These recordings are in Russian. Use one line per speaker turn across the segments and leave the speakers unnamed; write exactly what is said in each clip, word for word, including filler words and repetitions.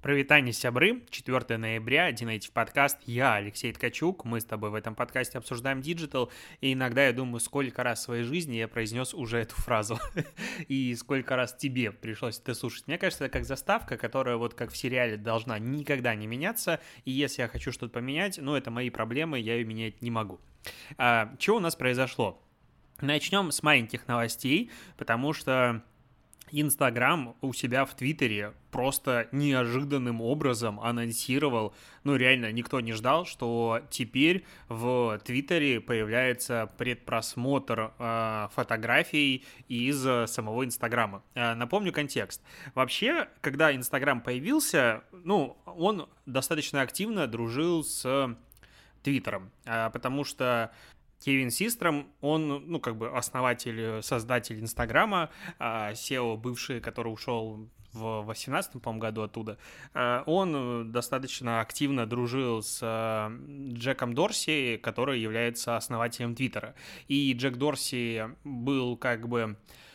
Привет, сябры, четвёртого ноября, Динейтив подкаст, я Алексей Ткачук, мы с тобой в этом подкасте обсуждаем диджитал, и иногда я думаю, сколько раз в своей жизни я произнес уже эту фразу, и сколько раз тебе пришлось это слушать. Мне кажется, это как заставка, которая вот как в сериале должна никогда не меняться, и если я хочу что-то поменять, ну это мои проблемы, я ее менять не могу. А, что у нас произошло? Начнем с маленьких новостей, потому что Инстаграм у себя в Твиттере просто неожиданным образом анонсировал, ну реально никто не ждал, что теперь в Твиттере появляется предпросмотр э, фотографий из самого Инстаграма. Э, напомню контекст. Вообще, когда Инстаграм появился, ну, он достаточно активно дружил с Твиттером, э, потому что Кевин Систром, он, ну, как бы основатель, создатель Инстаграма, си и о бывший, который ушел в восемнадцатом, по-моему, году оттуда, он достаточно активно дружил с Джеком Дорси, который является основателем Твиттера. И Джек Дорси был как бы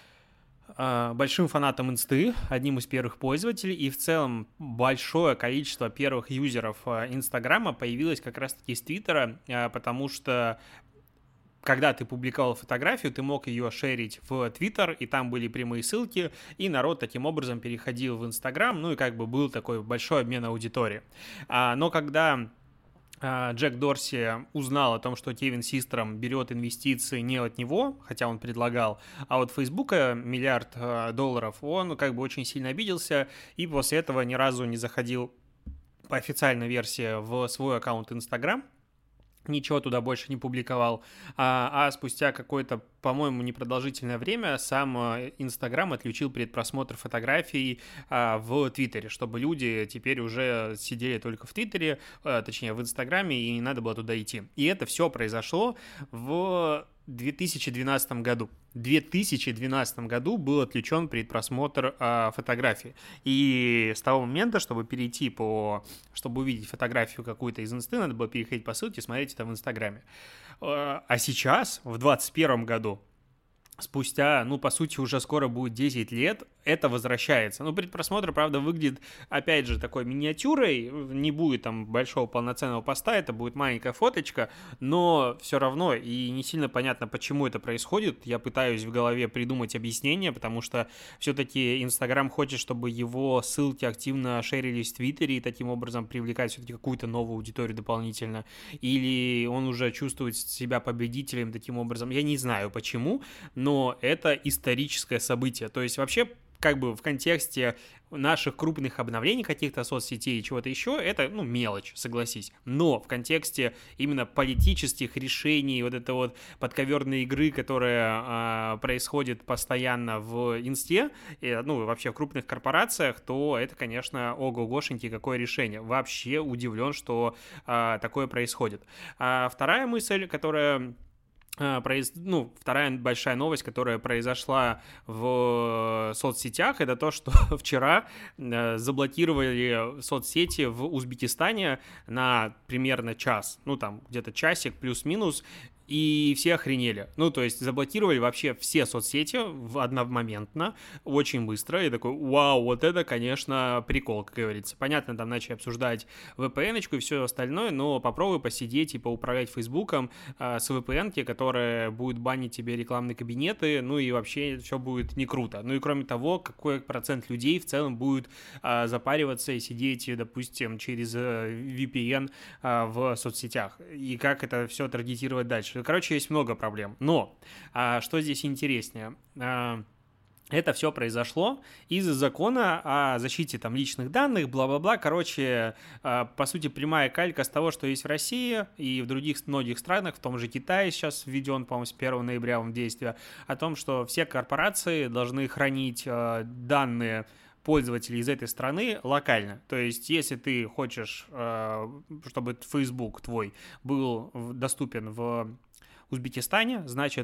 большим фанатом Инсты, одним из первых пользователей, и в целом большое количество первых юзеров Инстаграма появилось как раз-таки из Твиттера, потому что когда ты публиковал фотографию, ты мог ее шерить в Твиттер, и там были прямые ссылки, и народ таким образом переходил в Инстаграм, ну и как бы был такой большой обмен аудитории. А, но когда а, Джек Дорси узнал о том, что Кевин Систром берет инвестиции не от него, хотя он предлагал, а от Фейсбука миллиард а, долларов, он как бы очень сильно обиделся, и после этого ни разу не заходил по официальной версии в свой аккаунт Инстаграм, ничего туда больше не публиковал, а, а спустя какое-то, по-моему, непродолжительное время сам Инстаграм отключил предпросмотр фотографий а, в Твиттере, чтобы люди теперь уже сидели только в Твиттере, а, точнее в Инстаграме, и не надо было туда идти. И это все произошло в две тысячи двенадцатом году. В две тысячи двенадцатом году был отключен предпросмотр э, фотографий. И с того момента, чтобы перейти по... чтобы увидеть фотографию какую-то из Инсты, надо было переходить по ссылке и смотреть это в Инстаграме. Э, а сейчас, в двадцать первом году, спустя, ну, по сути, уже скоро будет десять лет, это возвращается. Ну, предпросмотр, правда, выглядит, опять же, такой миниатюрой, не будет там большого полноценного поста, это будет маленькая фоточка, но все равно, и не сильно понятно, почему это происходит. Я пытаюсь в голове придумать объяснение, потому что все-таки Инстаграм хочет, чтобы его ссылки активно шерились в Твиттере и таким образом привлекать все-таки какую-то новую аудиторию дополнительно. Или он уже чувствует себя победителем таким образом. Я не знаю, почему, но это историческое событие. То есть вообще как бы в контексте наших крупных обновлений каких-то соцсетей и чего-то еще, это, ну, мелочь, согласись. Но в контексте именно политических решений, вот это вот подковерной игры, которая а, происходит постоянно в Инсте, и, ну, вообще в крупных корпорациях, то это, конечно, ого-гошеньки, какое решение. Вообще удивлен, что а, такое происходит. А вторая мысль, которая... Ну, вторая большая новость, которая произошла в соцсетях, это то, что вчера заблокировали соцсети в Узбекистане на примерно час, ну, там, где-то часик плюс-минус, и все охренели. Ну, то есть заблокировали вообще все соцсети одномоментно, очень быстро. И такой, вау, вот это, конечно, прикол, как говорится. Понятно, там начали обсуждать ви пи эн-очку и все остальное, но попробуй посидеть и поуправлять Фейсбуком а, с ви пи эн-ки, которая будет банить тебе рекламные кабинеты, ну и вообще все будет не круто. Ну и кроме того, какой процент людей в целом будет а, запариваться и сидеть, допустим, через ви пи эн а, в соцсетях. И как это все таргетировать дальше. Короче, есть много проблем. Но а, что здесь интереснее? А, это все произошло из-за закона о защите там личных данных, бла-бла-бла. Короче, а, по сути, прямая калька с того, что есть в России и в других многих странах, в том же Китае сейчас введен, по-моему, с первого ноября в действие, о том, что все корпорации должны хранить а, данные пользователей из этой страны локально. То есть, если ты хочешь, чтобы Facebook твой был доступен в Узбекистане, значит,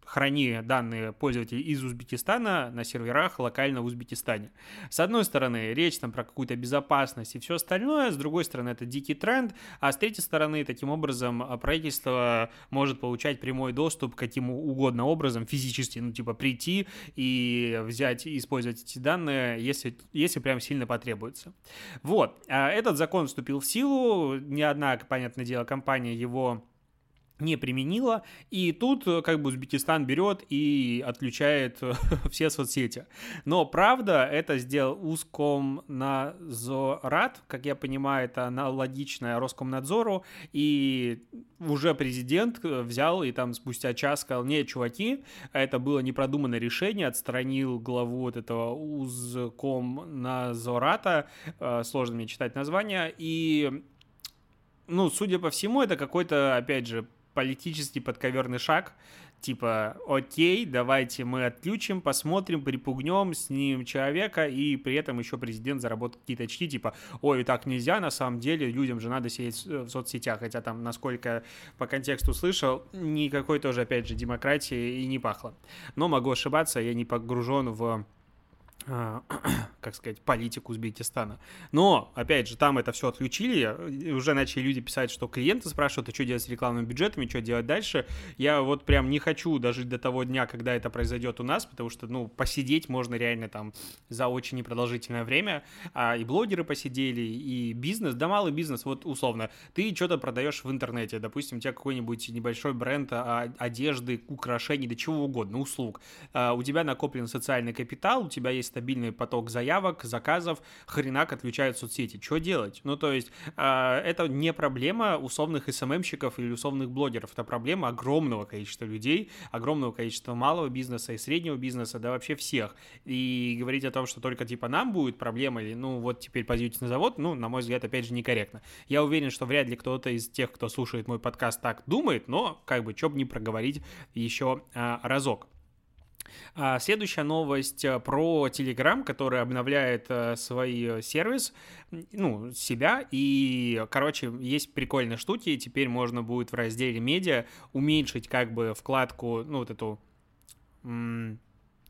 храни данные пользователей из Узбекистана на серверах локально в Узбекистане. С одной стороны, речь там про какую-то безопасность и все остальное, с другой стороны, это дикий тренд, а с третьей стороны, таким образом, правительство может получать прямой доступ к каким угодно образом физически, ну, типа, прийти и взять и использовать эти данные, если, если прям сильно потребуется. Вот, этот закон вступил в силу, ни одна, понятное дело, компания его не применила, и тут как бы Узбекистан берет и отключает все соцсети. Но правда, это сделал Ускомнадзорат, как я понимаю, это аналогичное Роскомнадзору, и уже президент взял и там спустя час сказал: нет, чуваки, это было непродуманное решение, отстранил главу вот этого Ускомнадзората, сложно мне читать название, и, ну, судя по всему, это какой-то, опять же, политический подковерный шаг, типа, окей, давайте мы отключим, посмотрим, припугнем, снимем человека, и при этом еще президент заработает какие-то очки, типа, ой, так нельзя, на самом деле, людям же надо сидеть в соцсетях, хотя там, насколько по контексту слышал, никакой тоже, опять же, демократии и не пахло. Но могу ошибаться, я не погружен в... как сказать, политику Узбекистана. Но, опять же, там это все отключили, уже начали люди писать, что клиенты спрашивают, а что делать с рекламными бюджетами, что делать дальше. Я вот прям не хочу дожить до того дня, когда это произойдет у нас, потому что, ну, посидеть можно реально там за очень непродолжительное время, а и блогеры посидели, и бизнес, да малый бизнес, вот условно, ты что-то продаешь в интернете, допустим, у тебя какой-нибудь небольшой бренд одежды, украшений, да чего угодно, услуг, у тебя накоплен социальный капитал, у тебя есть стабильный поток заявок, заказов, хренак отключают соцсети. Что делать? Ну, то есть, э, это не проблема условных эс эм эм-щиков или условных блогеров, это проблема огромного количества людей, огромного количества малого бизнеса и среднего бизнеса, да вообще всех. И говорить о том, что только типа нам будет проблема, или ну вот теперь пойдете на завод, ну, на мой взгляд, опять же, некорректно. Я уверен, что вряд ли кто-то из тех, кто слушает мой подкаст, так думает, но как бы, что бы не проговорить еще э, разок. Следующая новость про Telegram, который обновляет свой сервис, ну, себя, и, короче, есть прикольные штуки, теперь можно будет в разделе медиа уменьшить как бы вкладку, ну, вот эту... М-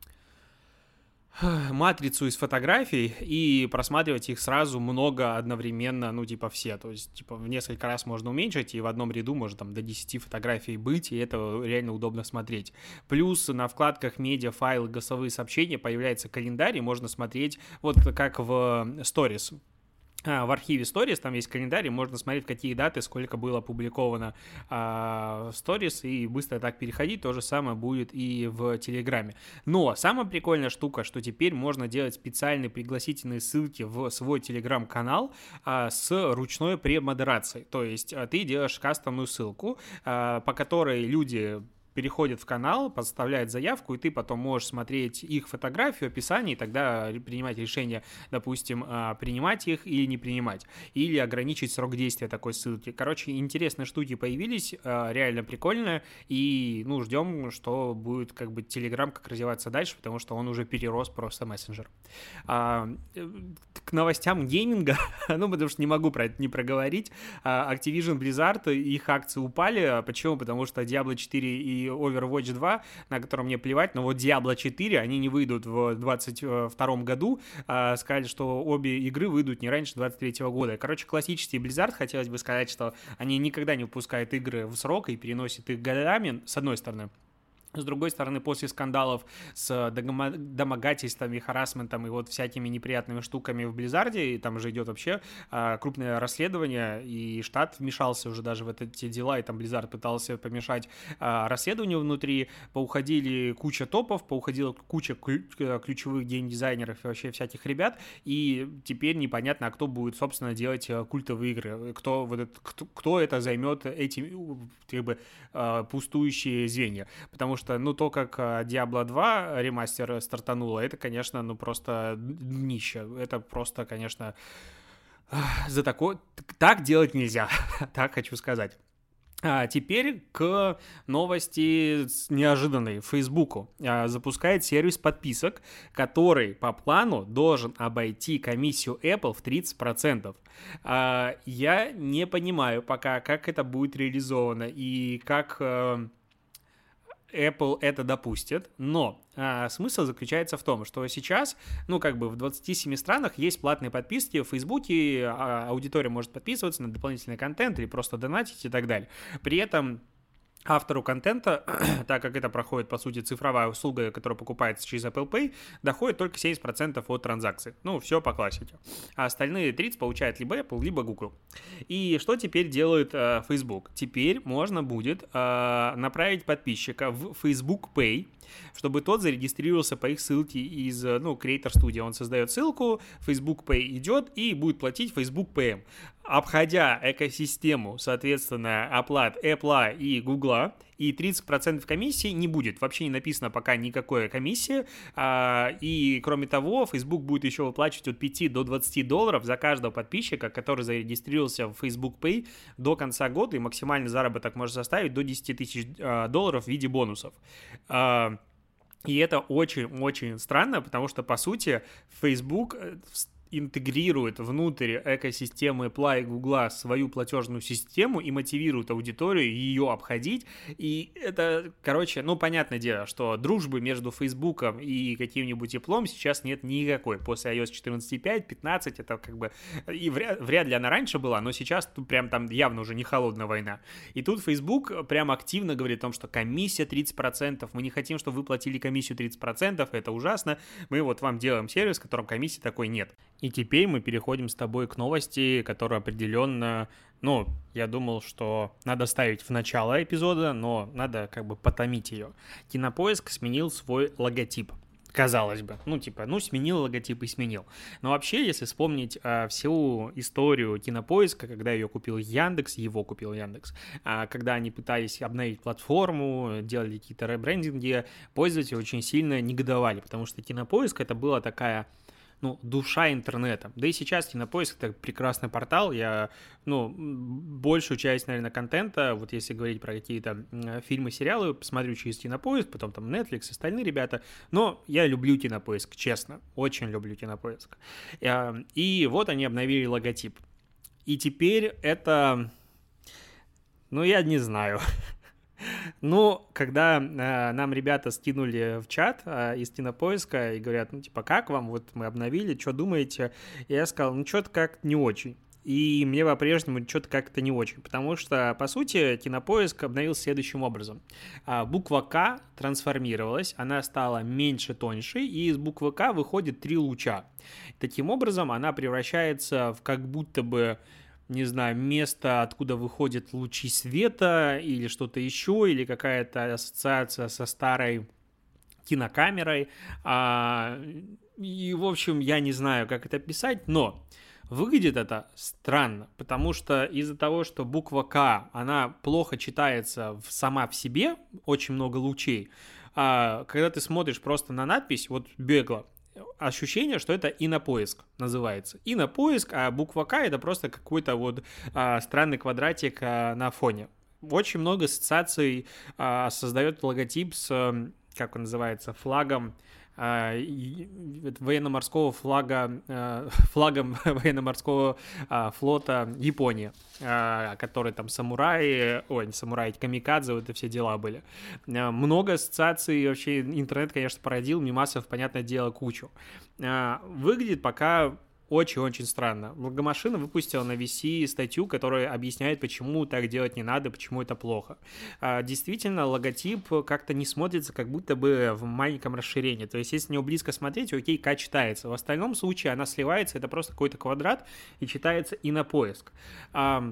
матрицу из фотографий и просматривать их сразу много одновременно, ну, типа все, то есть, типа, в несколько раз можно уменьшить, и в одном ряду может там до десяти фотографий быть, и это реально удобно смотреть. Плюс на вкладках медиа, файлы, голосовые сообщения появляется календарь, и можно смотреть, вот как в Stories. А, в архиве Stories там есть календарь, можно смотреть, в какие даты, сколько было опубликовано а, в Stories, и быстро так переходить. То же самое будет и в Телеграме. Но самая прикольная штука, что теперь можно делать специальные пригласительные ссылки в свой Телеграм-канал а, с ручной премодерацией. То есть а, ты делаешь кастомную ссылку, а, по которой люди... переходят в канал, подставляют заявку, и ты потом можешь смотреть их фотографию, описание, и тогда принимать решение, допустим, принимать их или не принимать, или ограничить срок действия такой ссылки. Короче, интересные штуки появились, реально прикольно, и, ну, ждем, что будет, как бы, Telegram как развиваться дальше, потому что он уже перерос просто мессенджер. А, к новостям гейминга, ну, потому что не могу про это не проговорить, Activision Blizzard, их акции упали, почему? Потому что Diablo четыре и Overwatch два, на котором мне плевать, но вот Diablo четыре, они не выйдут в двадцать втором году, а, сказали, что обе игры выйдут не раньше двадцать третьего года. Короче, классический Blizzard, хотелось бы сказать, что они никогда не выпускают игры в срок и переносят их годами, с одной стороны. С другой стороны, после скандалов с домогательствами, харассментом и вот всякими неприятными штуками в Близзарде, и там же идет вообще а, крупное расследование, и штат вмешался уже даже в эти дела, и там Близзард пытался помешать а, расследованию внутри, поуходили куча топов, поуходила куча ключевых геймдизайнеров и вообще всяких ребят, и теперь непонятно, а кто будет, собственно, делать культовые игры, кто, вот это, кто, кто это займет эти, как бы, пустующие звенья, потому что, ну, то, как Diablo два ремастер стартануло, это, конечно, ну, просто днище. Это просто, конечно, за такое... Так делать нельзя, так хочу сказать. А теперь к новости неожиданной. Фейсбуку запускает сервис подписок, который по плану должен обойти комиссию Apple в тридцать процентов. Я не понимаю пока, как это будет реализовано и как... Apple это допустит, но а, смысл заключается в том, что сейчас, ну, как бы в двадцати семи странах есть платные подписки, в Фейсбуке а, аудитория может подписываться на дополнительный контент или просто донатить и так далее. При этом автору контента, так как это проходит, по сути, цифровая услуга, которая покупается через Apple Pay, доходит только семьдесят процентов от транзакций. Ну, все по классике. А остальные тридцать процентов получает либо Apple, либо Google. И что теперь делает э, Facebook? Теперь можно будет э, направить подписчика в Facebook Pay, чтобы тот зарегистрировался по их ссылке из, ну, Creator Studio. Он создает ссылку, Facebook Pay идет и будет платить Facebook Pay. Обходя экосистему, соответственно, оплат Apple и Google, и тридцать процентов комиссии не будет. Вообще не написано пока никакой комиссии. И, кроме того, Facebook будет еще выплачивать от пяти до двадцати долларов за каждого подписчика, который зарегистрировался в Facebook Pay до конца года, и максимальный заработок может составить до десяти тысяч долларов в виде бонусов. И это очень-очень странно, потому что, по сути, Facebook интегрирует внутрь экосистемы Apple и Google свою платежную систему и мотивирует аудиторию ее обходить. И это, короче, ну, понятное дело, что дружбы между Фейсбуком и каким-нибудь Apple сейчас нет никакой. После ай о эс четырнадцать пять, пятнадцать это как бы... И вряд, вряд ли она раньше была, но сейчас тут прям там явно уже не холодная война. И тут Facebook прям активно говорит о том, что комиссия тридцать процентов, мы не хотим, чтобы вы платили комиссию тридцать процентов, это ужасно, мы вот вам делаем сервис, в котором комиссии такой нет. И теперь мы переходим с тобой к новости, которая определенно, ну, я думал, что надо ставить в начало эпизода, но надо как бы потомить ее. Кинопоиск сменил свой логотип. Казалось бы, ну, типа, ну, сменил логотип и сменил. Но вообще, если вспомнить а, всю историю Кинопоиска, когда ее купил Яндекс, его купил Яндекс, а, когда они пытались обновить платформу, делали какие-то ребрендинги, пользователи очень сильно негодовали, потому что Кинопоиск — это была такая... ну, душа интернета. Да и сейчас Кинопоиск — это прекрасный портал. Я, ну, большую часть, наверное, контента, вот если говорить про какие-то фильмы, сериалы, посмотрю через Кинопоиск, потом там Netflix, остальные ребята. Но я люблю Кинопоиск, честно. Очень люблю Кинопоиск. И вот они обновили логотип. И теперь это... Ну, я не знаю... Ну, когда э, нам ребята скинули в чат э, из Кинопоиска и говорят, ну, типа, как вам, вот мы обновили, что думаете? И я сказал, ну, что-то как-то не очень. И мне по-прежнему что-то как-то не очень, потому что, по сути, Кинопоиск обновился следующим образом. А, буква К трансформировалась, она стала меньше, тоньше, и из буквы К выходит три луча. Таким образом, она превращается в как будто бы... не знаю, место, откуда выходят лучи света или что-то еще, или какая-то ассоциация со старой кинокамерой. А, и, в общем, я не знаю, как это писать, но выглядит это странно, потому что из-за того, что буква К, она плохо читается в, сама в себе, очень много лучей, а когда ты смотришь просто на надпись, вот бегло, ощущение, что это Инопоиск называется. Инопоиск, а буква К — это просто какой-то вот а, странный квадратик а, на фоне. Очень много ассоциаций а, создает логотип с, как он называется, флагом а, военно-морского флага, а, флагом военно-морского а, флота Японии, а, который там самураи, ой, не самураи, камикадзе, вот это все дела были. А, много ассоциаций, вообще интернет, конечно, породил, мемасов, понятное дело, кучу. А, выглядит пока очень-очень странно. Логомашина выпустила на ви си статью, которая объясняет, почему так делать не надо, почему это плохо. А, действительно, логотип как-то не смотрится, как будто бы в маленьком расширении. То есть, если на него близко смотреть, окей, К читается. В остальном случае она сливается, это просто какой-то квадрат, и читается Инопоиск. А,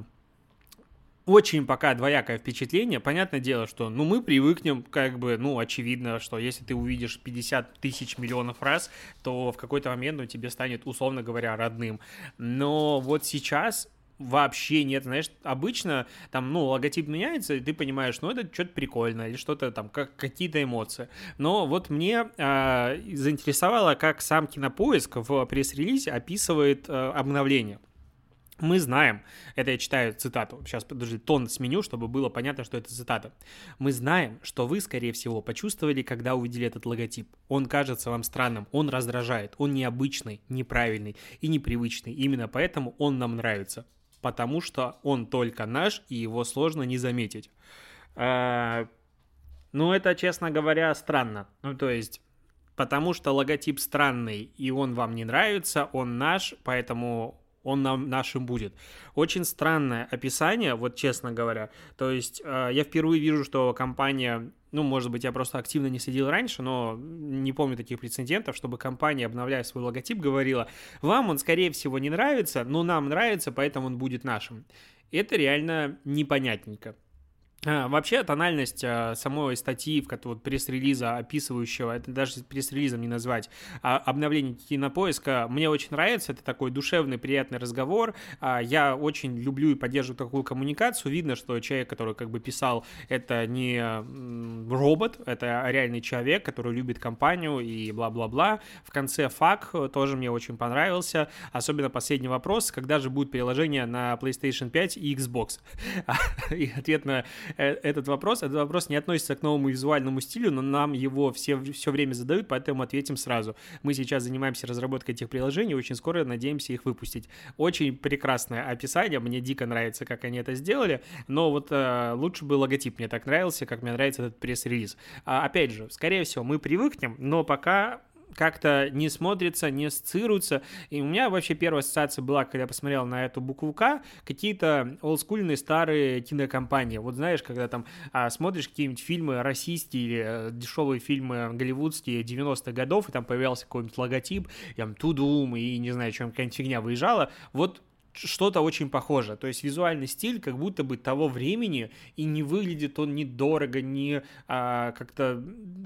очень пока двоякое впечатление. Понятное дело, что, ну, мы привыкнем, как бы, ну, очевидно, что если ты увидишь пятьдесят тысяч миллионов раз, то в какой-то момент, ну, тебе станет, условно говоря, родным. Но вот сейчас вообще нет, знаешь, обычно там, ну, логотип меняется, и ты понимаешь, ну, это что-то прикольное, или что-то там, как, какие-то эмоции. Но вот мне э, заинтересовало, как сам Кинопоиск в пресс-релизе описывает э, обновление. Мы знаем, это я читаю цитату, сейчас, подожди, тон сменю, чтобы было понятно, что это цитата. Мы знаем, что вы, скорее всего, почувствовали, когда увидели этот логотип. Он кажется вам странным, он раздражает, он необычный, неправильный и непривычный. Именно поэтому он нам нравится, потому что он только наш, и его сложно не заметить. Ну, это, честно говоря, странно. Ну, то есть, потому что логотип странный, и он вам не нравится, он наш, поэтому он нам нашим будет. Очень странное описание, вот честно говоря. То есть э, я впервые вижу, что компания, ну, может быть, я просто активно не следил раньше, но не помню таких прецедентов, чтобы компания, обновляя свой логотип, говорила: вам он, скорее всего, не нравится, но нам нравится, поэтому он будет нашим. Это реально непонятненько. А, вообще, тональность а, самой статьи, в которой вот, пресс-релиза, описывающего, это даже пресс-релизом не назвать, а, обновление Кинопоиска, мне очень нравится, это такой душевный, приятный разговор, а, я очень люблю и поддерживаю такую коммуникацию, видно, что человек, который как бы писал, это не м, робот, это реальный человек, который любит компанию и бла-бла-бла. В конце фак тоже мне очень понравился, особенно последний вопрос, когда же будет переложение на PlayStation пять и Xbox, и ответ на этот вопрос. Этот вопрос не относится к новому визуальному стилю, но нам его все, все время задают, поэтому ответим сразу. Мы сейчас занимаемся разработкой этих приложений, очень скоро надеемся их выпустить. Очень прекрасное описание, мне дико нравится, как они это сделали, но вот э, лучше бы логотип мне так нравился, как мне нравится этот пресс-релиз. А, опять же, скорее всего, мы привыкнем, но пока как-то не смотрится, не ассоциируется. И у меня вообще первая ассоциация была, когда я посмотрел на эту букву К, какие-то олдскульные старые кинокомпании. Вот знаешь, когда там а, смотришь какие-нибудь фильмы российские или а, дешевые фильмы голливудские девяностых годов, и там появлялся какой-нибудь логотип, там Тудум и не знаю, чем какая-нибудь фигня выезжала. Вот что-то очень похоже. То есть визуальный стиль как будто бы того времени, и не выглядит он ни дорого, ни а, как-то...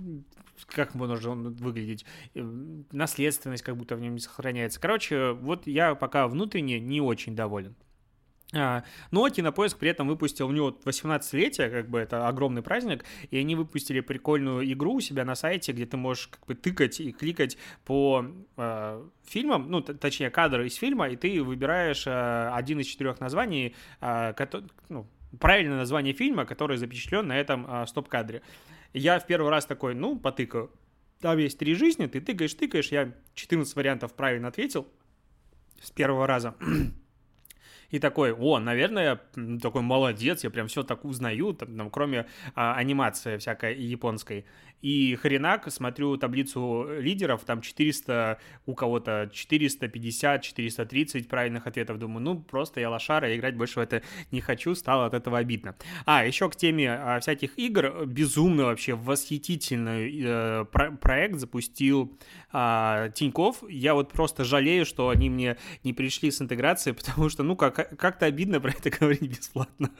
как может он выглядеть, наследственность как будто в нем не сохраняется. Короче, вот я пока внутренне не очень доволен. А, но Кинопоиск при этом выпустил, у него восемнадцатилетие, как бы это огромный праздник, и они выпустили прикольную игру у себя на сайте, где ты можешь как бы тыкать и кликать по э, фильмам, ну, т- точнее, кадры из фильма, и ты выбираешь э, один из четырех названий, э, который, ну, правильное название фильма, который запечатлен на этом э, стоп-кадре. Я в первый раз такой, ну, потыкаю. Там есть три жизни, ты тыкаешь, тыкаешь, я четырнадцать вариантов правильно ответил с первого раза. И такой, о, наверное, я такой молодец, я прям все так узнаю, там, там, кроме а, анимации всякой японской. И хренак, смотрю таблицу лидеров, там четыреста, у кого-то четыреста пятьдесят, четыреста тридцать правильных ответов. Думаю, ну, просто я лошара, я играть больше в это не хочу, стало от этого обидно. А, еще к теме а, всяких игр, безумно вообще восхитительный э, про- проект запустил а, Тинькофф. Я вот просто жалею, что они мне не пришли с интеграцией, потому что, ну, как, как-то обидно про это говорить бесплатно.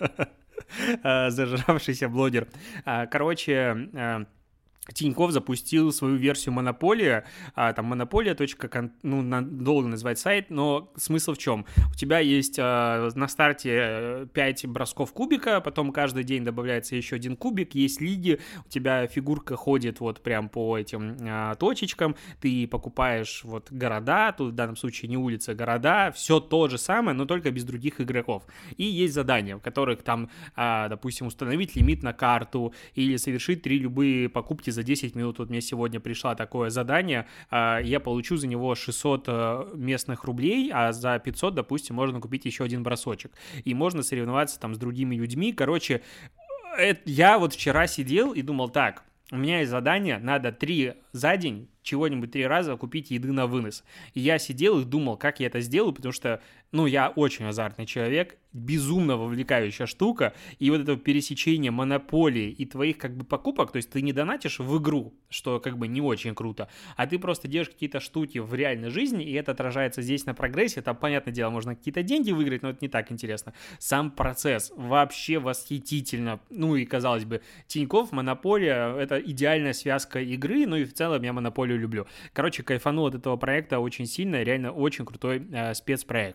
Зажравшийся блогер. Короче... Тинькофф запустил свою версию Монополия, а, там монополия. Ну, на, долго назвать сайт, но смысл в чем? У тебя есть а, на старте пять бросков кубика, потом каждый день добавляется еще один кубик, есть лиги, у тебя фигурка ходит вот прям по этим а, точечкам, ты покупаешь вот города, тут в данном случае не улица, города, все то же самое, но только без других игроков. И есть задания, в которых там, а, допустим, установить лимит на карту или совершить три любые покупки за десять минут. Вот мне сегодня пришло такое задание, я получу за него шестьсот местных рублей, а за пятьсот, допустим, можно купить еще один бросочек. И можно соревноваться там с другими людьми. Короче, это, я вот вчера сидел и думал, так, у меня есть задание, надо три за день, чего-нибудь три раза купить еды на вынос. И я сидел и думал, как я это сделаю, потому что, ну, я очень азартный человек, безумно вовлекающая штука, и вот это пересечение монополии и твоих как бы покупок, то есть ты не донатишь в игру, что как бы не очень круто, а ты просто делаешь какие-то штуки в реальной жизни, и это отражается здесь на прогрессе, там, понятное дело, можно какие-то деньги выиграть, но это не так интересно. Сам процесс вообще восхитительно, ну и, казалось бы, Тинькофф, Монополия, это идеальная связка игры, ну и в целом я Монополию люблю. Короче, кайфанул от этого проекта очень сильно, реально очень крутой э, спецпроект.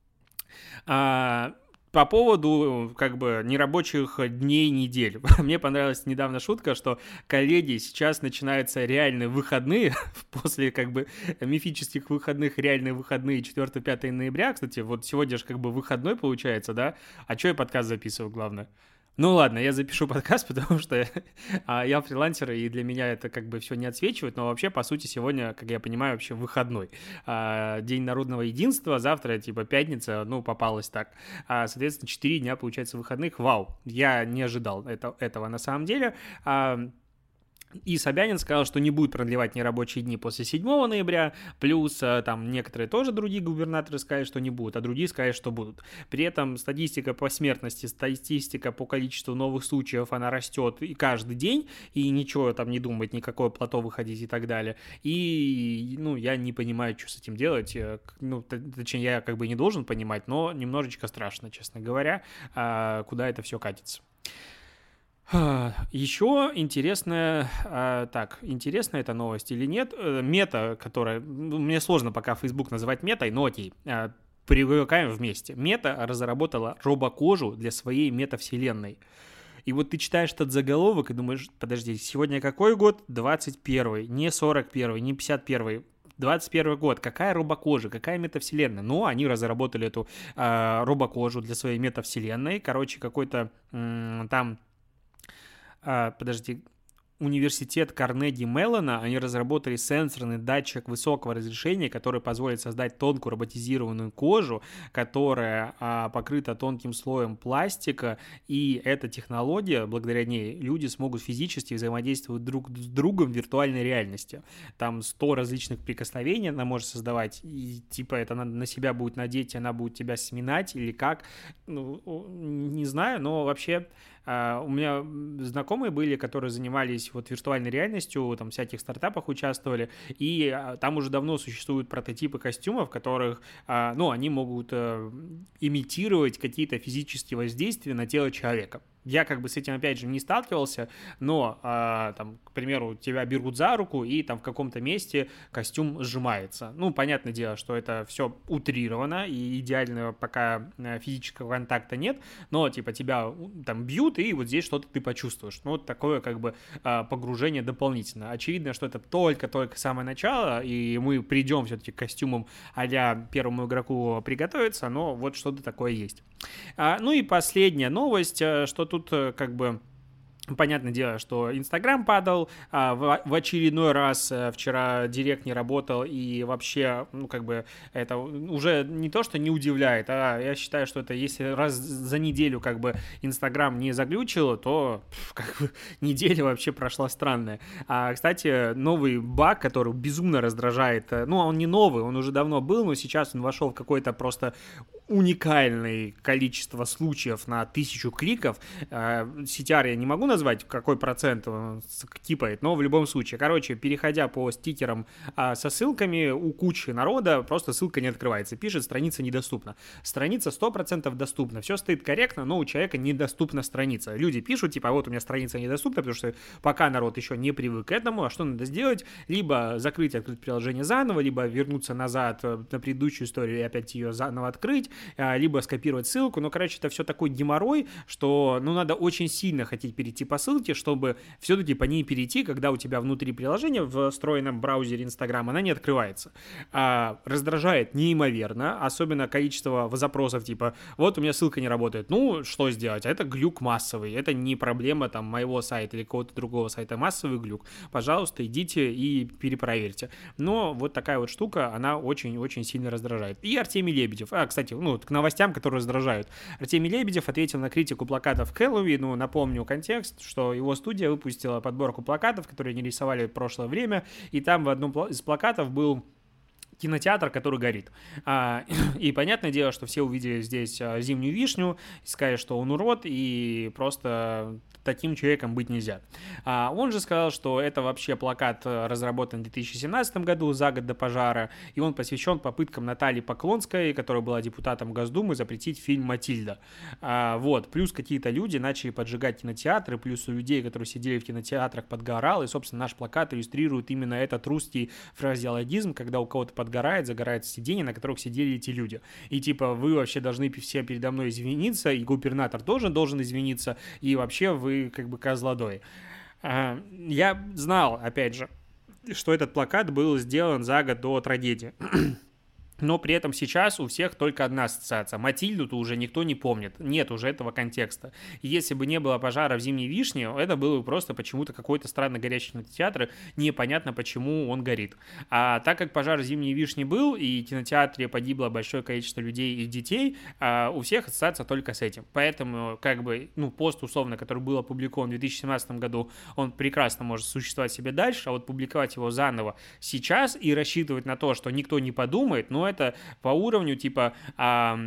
А, по поводу, как бы, нерабочих дней, недель. Мне понравилась недавно шутка, что, коллеги, сейчас начинаются реальные выходные, после, как бы, мифических выходных, реальные выходные четвёртого-пятого ноября. Кстати, вот сегодня же, как бы, выходной получается, да? А что я подкаст записываю, главное? Ну ладно, я запишу подкаст, потому что я фрилансер, и для меня это как бы все не отсвечивает, но вообще, по сути, сегодня, как я понимаю, вообще выходной. День народного единства, завтра, типа, пятница, ну, попалось так. Соответственно, четыре дня, получается, выходных. Вау, я не ожидал это, этого на самом деле. И Собянин сказал, что не будет продлевать нерабочие дни после седьмого ноября, плюс там некоторые тоже другие губернаторы сказали, что не будут, а другие сказали, что будут. При этом статистика по смертности, статистика по количеству новых случаев, она растет и каждый день, и ничего там не думать, никакое плато выходить и так далее. И, ну, я не понимаю, что с этим делать, ну, точнее, я как бы не должен понимать, но немножечко страшно, честно говоря, куда это все катится. Еще интересная, так, интересная эта новость или нет, мета, которая, мне сложно пока Facebook называть метой, но окей, привыкаем вместе. Мета разработала робокожу для своей метавселенной. И вот ты читаешь этот заголовок и думаешь, подожди, сегодня какой год? двадцать первый, не сорок первый, не пятьдесят первый. двадцать первый год, какая робокожа, какая метавселенная? Ну, они разработали эту э, робокожу для своей метавселенной, короче, какой-то м- там... Uh, подожди, университет Карнеги Меллона, они разработали сенсорный датчик высокого разрешения, который позволит создать тонкую роботизированную кожу, которая а, покрыта тонким слоем пластика, и эта технология, благодаря ней, люди смогут физически взаимодействовать друг с другом в виртуальной реальности. Там сто различных прикосновений она может создавать, и типа это надо на себя будет надеть, и она будет тебя сминать, или как, ну, не знаю, но вообще... Uh, у меня знакомые были, которые занимались вот виртуальной реальностью, там в всяких стартапах участвовали, и uh, там уже давно существуют прототипы костюмов, в которых, uh, ну, они могут uh, имитировать какие-то физические воздействия на тело человека. Я как бы с этим, опять же, не сталкивался, но, э, там, к примеру, тебя берут за руку, и там в каком-то месте костюм сжимается. Ну, понятное дело, что это все утрировано, и идеального пока физического контакта нет, но, типа, тебя там бьют, и вот здесь что-то ты почувствуешь. Ну, вот такое, как бы, э, погружение дополнительно. Очевидно, что это только-только самое начало, и мы придем все-таки к костюмам а-ля первому игроку приготовиться, но вот что-то такое есть. А, ну и последняя новость, что тут как бы... Понятное дело, что Инстаграм падал, а в, в очередной раз вчера Директ не работал, и вообще, ну, как бы, это уже не то, что не удивляет, а я считаю, что это если раз за неделю, как бы, Инстаграм не заглючил, то, как бы, неделя вообще прошла странная. А, кстати, новый баг, который безумно раздражает, ну, он не новый, он уже давно был, но сейчас он вошел в какое-то просто уникальное количество случаев на тысячу кликов. си ти ар я не могу назвать, какой процент он типает, но в любом случае. Короче, переходя по стикерам а, со ссылками, у кучи народа просто ссылка не открывается. Пишет, страница недоступна. Страница сто процентов доступна. Все стоит корректно, но у человека недоступна страница. Люди пишут, типа, вот у меня страница недоступна, потому что пока народ еще не привык к этому, а что надо сделать? Либо закрыть, открыть приложение заново, либо вернуться назад на предыдущую историю и опять ее заново открыть, либо скопировать ссылку. Ну, короче, это все такой геморрой, что, ну, надо очень сильно хотеть перейти по ссылке, чтобы все-таки по ней перейти, когда у тебя внутри приложения в встроенном браузере Instagram она не открывается. А, раздражает неимоверно, особенно количество запросов, типа, вот у меня ссылка не работает. Ну, что сделать? Это глюк массовый, это не проблема там моего сайта или какого-то другого сайта, массовый глюк. Пожалуйста, идите и перепроверьте. Но вот такая вот штука, она очень-очень сильно раздражает. И Артемий Лебедев, а, кстати, ну, к новостям, которые раздражают. Артемий Лебедев ответил на критику плакатов к Хэллоуину. Напомню контекст, что его студия выпустила подборку плакатов, которые они рисовали в прошлое время, и там в одном из плакатов был кинотеатр, который горит. А, и понятное дело, что все увидели здесь зимнюю вишню, и сказали, что он урод, и просто таким человеком быть нельзя. А, он же сказал, что это вообще плакат разработан в две тысячи семнадцатом году, за год до пожара, и он посвящен попыткам Натальи Поклонской, которая была депутатом Госдумы, запретить фильм «Матильда». А, вот. Плюс какие-то люди начали поджигать кинотеатры, плюс у людей, которые сидели в кинотеатрах, подгорал, и, собственно, наш плакат иллюстрирует именно этот русский фразеологизм, когда у кого-то подгорает, загорает сиденье, на которых сидели эти люди. И типа вы вообще должны все передо мной извиниться, и губернатор тоже должен извиниться, и вообще вы как бы козлодой. Я знал, опять же, что этот плакат был сделан за год до трагедии. Но при этом сейчас у всех только одна ассоциация. Матильду-то уже никто не помнит. Нет уже этого контекста. И если бы не было пожара в «Зимней вишне», это был бы просто почему-то какой-то странно горящий кинотеатр. Непонятно, почему он горит. А так как пожар в «Зимней вишне» был, и в кинотеатре погибло большое количество людей и детей, у всех ассоциация только с этим. Поэтому, как бы, ну, пост, условно, который был опубликован в две тысячи семнадцатом году, он прекрасно может существовать себе дальше, а вот публиковать его заново сейчас и рассчитывать на то, что никто не подумает, ну, это по уровню, типа, а,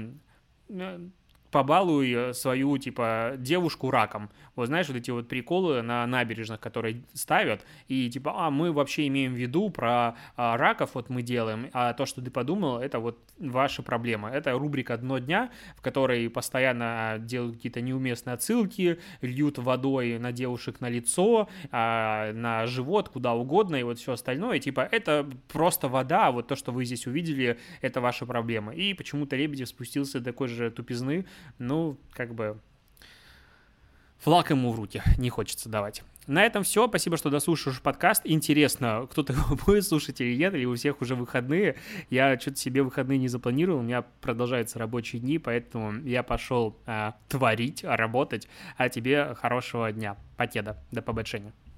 побалуй свою, типа, девушку раком. Вот знаешь, вот эти вот приколы на набережных, которые ставят, и типа, а, мы вообще имеем в виду про а, раков, вот мы делаем, а то, что ты подумал, это вот ваша проблема. Это рубрика «Дно дня», в которой постоянно делают какие-то неуместные отсылки, льют водой на девушек на лицо, а, на живот, куда угодно, и вот все остальное. Типа, это просто вода, а вот то, что вы здесь увидели, это ваша проблема. И почему-то Лебедев спустился до такой же тупизны. Ну, как бы, флаг ему в руки не хочется давать. На этом все. Спасибо, что дослушаешь подкаст. Интересно, кто-то его будет слушать или нет, или у всех уже выходные. Я что-то себе выходные не запланировал, у меня продолжаются рабочие дни, поэтому я пошел а, творить, работать. А тебе хорошего дня. Покеда. До побачення.